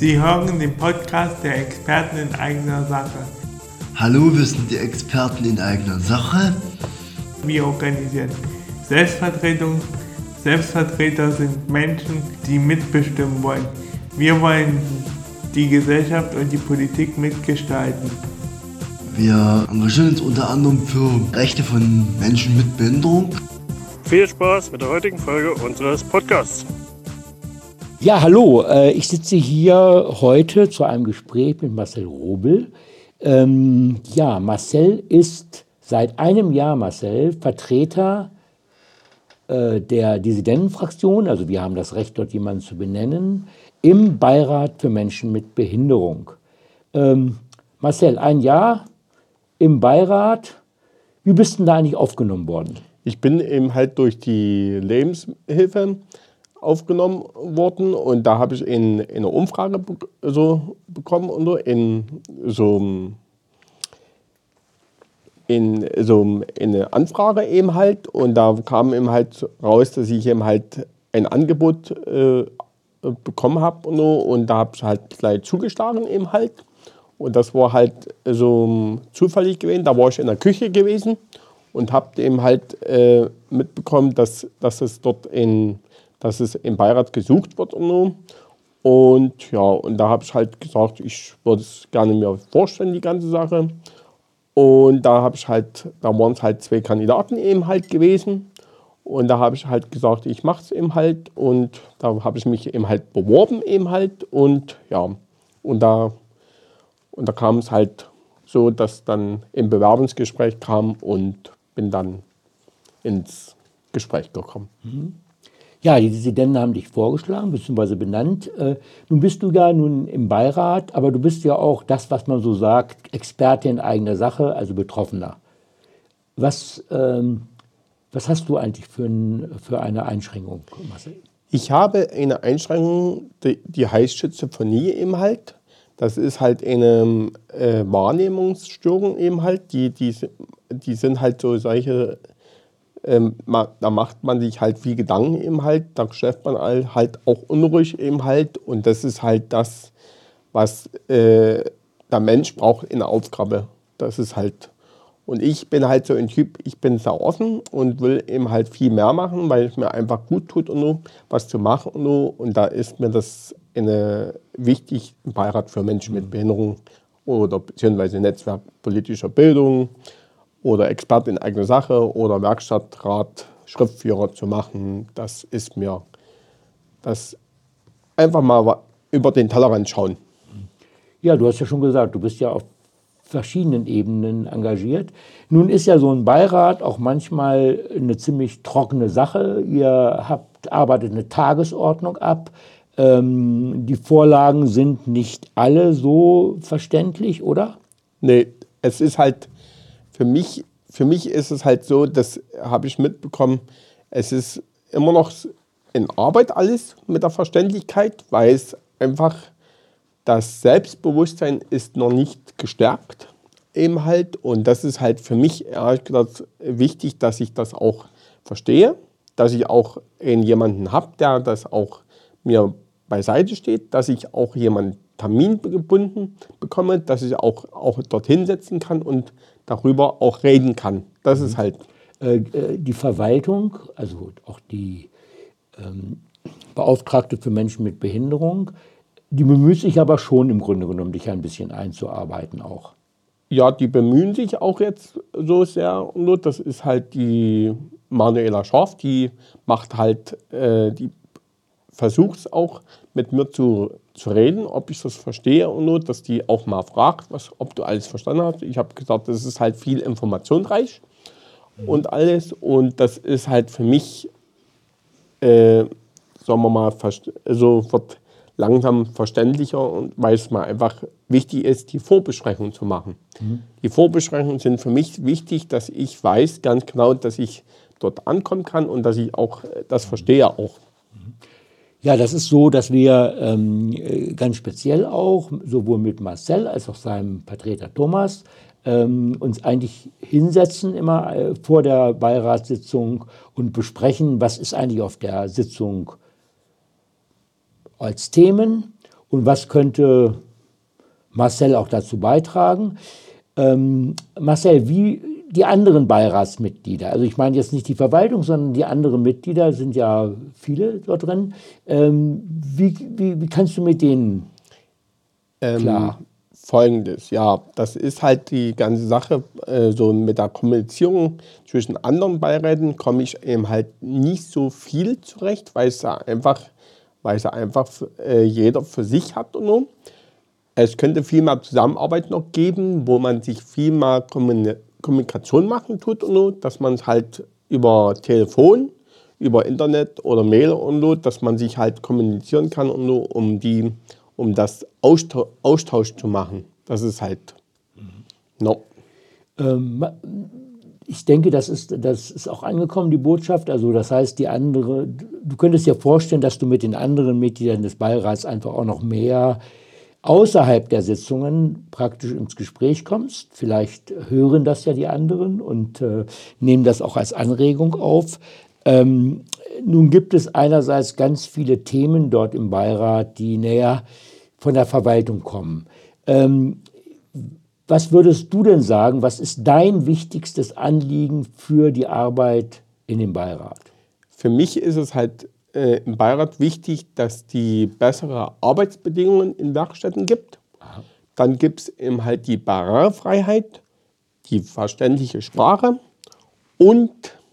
Sie hören den Podcast der Experten in eigener Sache. Hallo, wir sind die Experten in eigener Sache. Wir organisieren Selbstvertretung. Selbstvertreter sind Menschen, die mitbestimmen wollen. Wir wollen die Gesellschaft und die Politik mitgestalten. Wir engagieren uns unter anderem für Rechte von Menschen mit Behinderung. Viel Spaß mit der heutigen Folge unseres Podcasts. Ja, hallo, ich sitze hier heute zu einem Gespräch mit Marcel Robel. Marcel ist seit einem Jahr, Vertreter der Dissidentenfraktion, also wir haben das Recht, dort jemanden zu benennen, im Beirat für Menschen mit Behinderung. Marcel, ein Jahr im Beirat, wie bist du da eigentlich aufgenommen worden? Ich bin eben halt durch die Lebenshilfe aufgenommen worden und da habe ich eine Umfrage bekommen und eine Anfrage eben halt, und da kam eben halt raus, dass ich eben halt ein Angebot bekommen habe und da habe ich halt gleich zugeschlagen eben halt, und das war halt so zufällig gewesen. Da war ich in der Küche gewesen und habe eben halt mitbekommen, dass es im Beirat gesucht wird und da habe ich halt gesagt, ich würde es gerne mir vorstellen, die ganze Sache. Und da waren es halt 2 Kandidaten eben halt gewesen. Und da habe ich halt gesagt, ich mache es eben halt. Und da habe ich mich eben halt beworben eben halt. Und da kam es halt so, dass dann im Bewerbungsgespräch kam und bin dann ins Gespräch gekommen. Ja, die Dissidenten haben dich vorgeschlagen bzw. benannt. Nun bist du ja nun im Beirat, aber du bist ja auch das, was man so sagt, Experte in eigener Sache, also Betroffener. Was hast du eigentlich für eine Einschränkung, Marcel? Ich habe eine Einschränkung, die heißt Schizophrenie eben halt. Das ist halt eine Wahrnehmungsstörung eben halt. Die sind halt so solche... Da macht man sich halt viel Gedanken eben halt, da schläft man halt auch unruhig eben halt, und das ist halt das, was der Mensch braucht in der Aufgabe. Das ist halt, und ich bin halt so ein Typ, ich bin sehr offen und will eben halt viel mehr machen, weil es mir einfach gut tut was zu machen und da ist mir das wichtig, ein Beirat für Menschen mit Behinderung oder beziehungsweise Netzwerk politischer Bildung oder Experte in eigener Sache oder Werkstattrat, Schriftführer zu machen. Das ist mir das einfach mal über den Tellerrand schauen. Ja, du hast ja schon gesagt, du bist ja auf verschiedenen Ebenen engagiert. Nun ist ja so ein Beirat auch manchmal eine ziemlich trockene Sache. Ihr arbeitet eine Tagesordnung ab. Die Vorlagen sind nicht alle so verständlich, oder? Nee, es ist halt... Für mich ist es halt so, das habe ich mitbekommen, es ist immer noch in Arbeit alles mit der Verständlichkeit, weil es einfach, das Selbstbewusstsein ist noch nicht gestärkt eben halt, und das ist halt für mich ehrlich gesagt wichtig, dass ich das auch verstehe, dass ich auch jemanden habe, der das auch mir beiseite steht, dass ich auch jemanden termingebunden bekomme, dass ich auch dorthin setzen kann und darüber auch reden kann. Das ist halt. Die Verwaltung, also auch die Beauftragte für Menschen mit Behinderung, die bemüht sich aber schon im Grunde genommen, dich ein bisschen einzuarbeiten auch. Ja, die bemühen sich auch jetzt so sehr. Das ist halt die Manuela Scharf, die macht halt, die versucht es auch mit mir zu reden, ob ich das verstehe dass die auch mal fragt, ob du alles verstanden hast. Ich habe gesagt, das ist halt viel informationsreich und alles, und das ist halt für mich, sagen wir mal, wird langsam verständlicher, und weil es mal einfach wichtig ist, die Vorbesprechungen zu machen. Die Vorbesprechungen sind für mich wichtig, dass ich weiß ganz genau, dass ich dort ankommen kann und dass ich auch das verstehe auch. Ja, das ist so, dass wir ganz speziell auch, sowohl mit Marcel als auch seinem Vertreter Thomas, uns eigentlich hinsetzen immer vor der Beiratssitzung und besprechen, was ist eigentlich auf der Sitzung als Themen und was könnte Marcel auch dazu beitragen? Marcel, wie die anderen Beiratsmitglieder, also ich meine jetzt nicht die Verwaltung, sondern die anderen Mitglieder, sind ja viele dort drin. Wie kannst du mit denen klar? Folgendes, ja, das ist halt die ganze Sache, so mit der Kommunizierung zwischen anderen Beiräten komme ich eben halt nicht so viel zurecht, weil es einfach jeder für sich hat und so. Es könnte viel mehr Zusammenarbeit noch geben, wo man sich viel mehr Kommunikation machen tut und so, dass man es halt über Telefon, über Internet oder Mail und so, dass man sich halt kommunizieren kann und so, um das Austausch zu machen. Das ist halt. No. Ich denke, das ist auch angekommen, die Botschaft. Also das heißt, du könntest dir vorstellen, dass du mit den anderen Mitgliedern des Beirats einfach auch noch mehr außerhalb der Sitzungen praktisch ins Gespräch kommst. Vielleicht hören das ja die anderen und nehmen das auch als Anregung auf. Nun gibt es einerseits ganz viele Themen dort im Beirat, die näher von der Verwaltung kommen. Was würdest du denn sagen, was ist dein wichtigstes Anliegen für die Arbeit in dem Beirat? Für mich ist es halt im Beirat wichtig, dass die bessere Arbeitsbedingungen in Werkstätten gibt. Aha. Dann gibt es eben halt die Barrierefreiheit, die verständliche Sprache und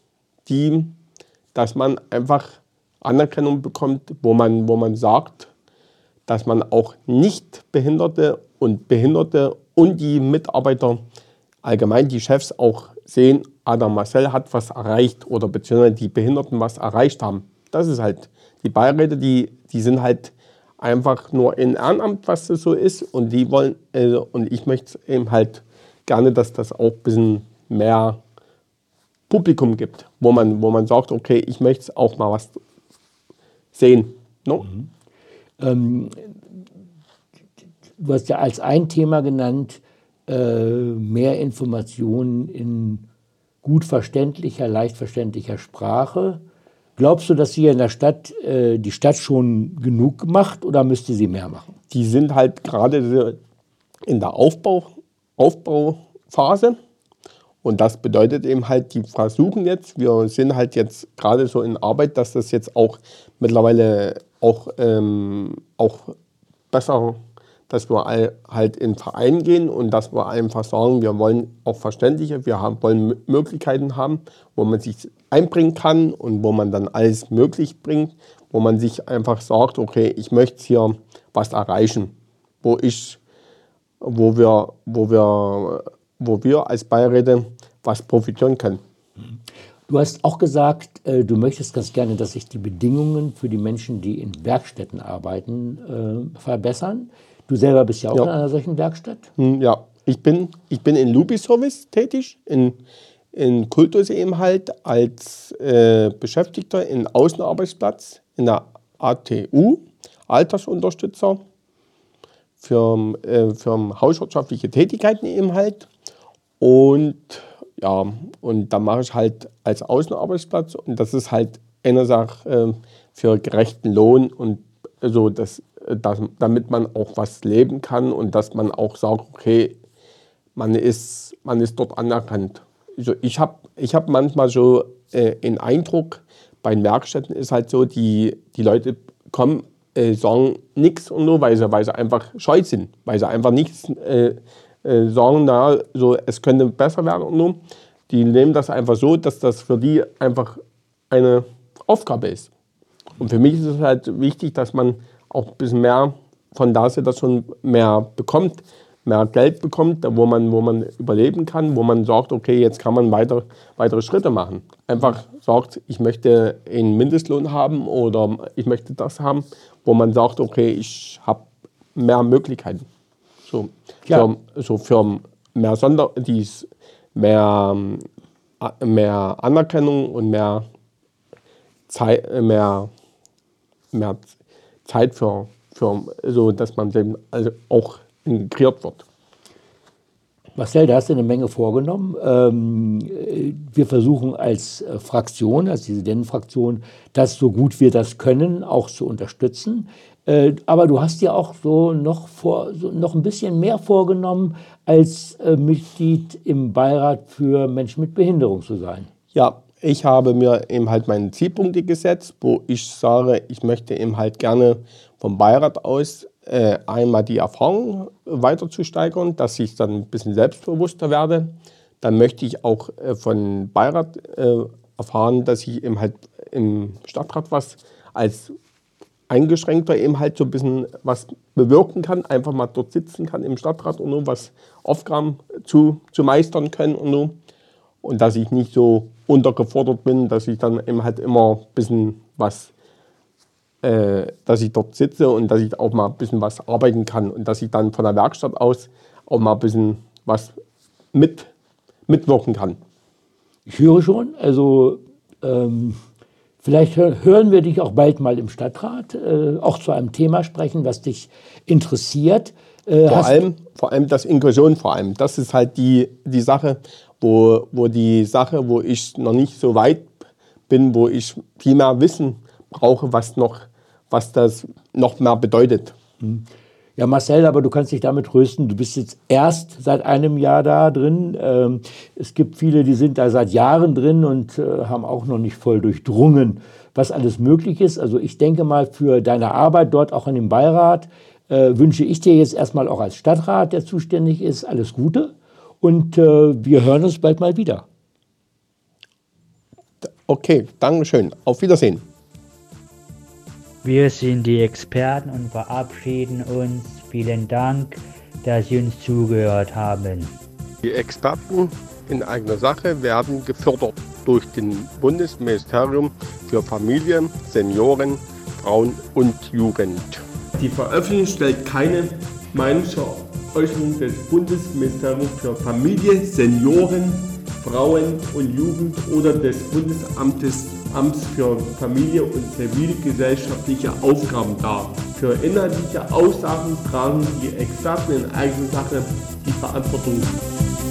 dass man einfach Anerkennung bekommt, wo man sagt, dass man auch Nichtbehinderte und Behinderte und die Mitarbeiter, allgemein die Chefs auch sehen, der Marcel hat was erreicht oder beziehungsweise die Behinderten was erreicht haben. Das ist halt, die Beiräte, die sind halt einfach nur in Ehrenamt, was das so ist und die wollen, und ich möchte eben halt gerne, dass das auch ein bisschen mehr Publikum gibt, wo man sagt, okay, ich möchte auch mal was sehen. No? Du hast ja als ein Thema genannt, mehr Informationen in gut verständlicher, leicht verständlicher Sprache. Glaubst du, dass hier in der Stadt die Stadt schon genug macht oder müsste sie mehr machen? Die sind halt gerade in der Aufbauphase. Und das bedeutet eben halt, die versuchen jetzt, wir sind halt jetzt gerade so in Arbeit, dass das jetzt auch mittlerweile auch besser, dass wir halt in Verein gehen und dass wir einfach sagen, wir wollen auch verständliche, wollen Möglichkeiten haben, wo man sich einbringen kann und wo man dann alles möglich bringt, wo man sich einfach sagt, okay, ich möchte hier was erreichen, wo wir als Beiräte was profitieren können. Du hast auch gesagt, du möchtest ganz gerne, dass sich die Bedingungen für die Menschen, die in Werkstätten arbeiten, verbessern. Du selber bist ja auch in einer solchen Werkstatt. Ja, ich bin in Lubi-Service tätig, in Kultus eben halt als Beschäftigter in Außenarbeitsplatz in der ATU, Altersunterstützer für hauswirtschaftliche Tätigkeiten eben halt. Und da mache ich halt als Außenarbeitsplatz und das ist halt eine Sache für gerechten Lohn und so, damit man auch was leben kann und dass man auch sagt, okay, man ist dort anerkannt. Also ich hab manchmal so den Eindruck, bei den Werkstätten ist halt so, die Leute kommen, sagen nichts und so, weil sie einfach scheu sind, weil sie einfach nichts sagen, es könnte besser werden und so. Die nehmen das einfach so, dass das für die einfach eine Aufgabe ist. Und für mich ist es halt wichtig, dass man auch ein bisschen mehr von da das schon mehr bekommt, mehr Geld bekommt, wo man überleben kann, wo man sagt, okay, jetzt kann man weitere Schritte machen. Einfach sagt, ich möchte einen Mindestlohn haben oder ich möchte das haben, wo man sagt, okay, ich habe mehr Möglichkeiten. So, ja. Für mehr Anerkennung und mehr Zeit für so, dass man eben also auch integriert wird. Marcel, da hast du eine Menge vorgenommen. Wir versuchen als Fraktion, als Dissidentenfraktion, das so gut wir das können, auch zu unterstützen. Aber du hast ja auch so noch ein bisschen mehr vorgenommen, als Mitglied im Beirat für Menschen mit Behinderung zu sein. Ja, ich habe mir eben halt meine Zielpunkte gesetzt, wo ich sage, ich möchte eben halt gerne vom Beirat aus einmal die Erfahrung weiter zu steigern, dass ich dann ein bisschen selbstbewusster werde. Dann möchte ich auch von Beirat erfahren, dass ich eben halt im Stadtrat was als Eingeschränkter eben halt so ein bisschen was bewirken kann, einfach mal dort sitzen kann im Stadtrat und nur was Aufgaben zu meistern können und nur. Und dass ich nicht so untergefordert bin, dass ich dann eben halt immer ein bisschen was, dass ich dort sitze und dass ich auch mal ein bisschen was arbeiten kann und dass ich dann von der Werkstatt aus auch mal ein bisschen was mitwirken kann. Ich höre schon, also vielleicht hören wir dich auch bald mal im Stadtrat, auch zu einem Thema sprechen, was dich interessiert. Vor allem das Inklusion vor allem. Das ist halt die Sache, wo ich noch nicht so weit bin, wo ich viel mehr Wissen brauche, was das noch mehr bedeutet. Ja, Marcel, aber du kannst dich damit trösten. Du bist jetzt erst seit einem Jahr da drin. Es gibt viele, die sind da seit Jahren drin und haben auch noch nicht voll durchdrungen, was alles möglich ist. Also ich denke mal, für deine Arbeit dort auch in dem Beirat wünsche ich dir jetzt erstmal auch als Stadtrat, der zuständig ist, alles Gute. Und wir hören uns bald mal wieder. Okay, Dankeschön. Auf Wiedersehen. Wir sind die Experten und verabschieden uns. Vielen Dank, dass Sie uns zugehört haben. Die Experten in eigener Sache werden gefördert durch den Bundesministerium für Familie, Senioren, Frauen und Jugend. Die Veröffentlichung stellt keine Meinungsäußerung des Bundesministeriums für Familie, Senioren, Frauen und Jugend oder des Bundesamts für Familie und zivilgesellschaftliche Aufgaben dar. Für inhaltliche Aussagen tragen die Experten in eigener Sache die Verantwortung.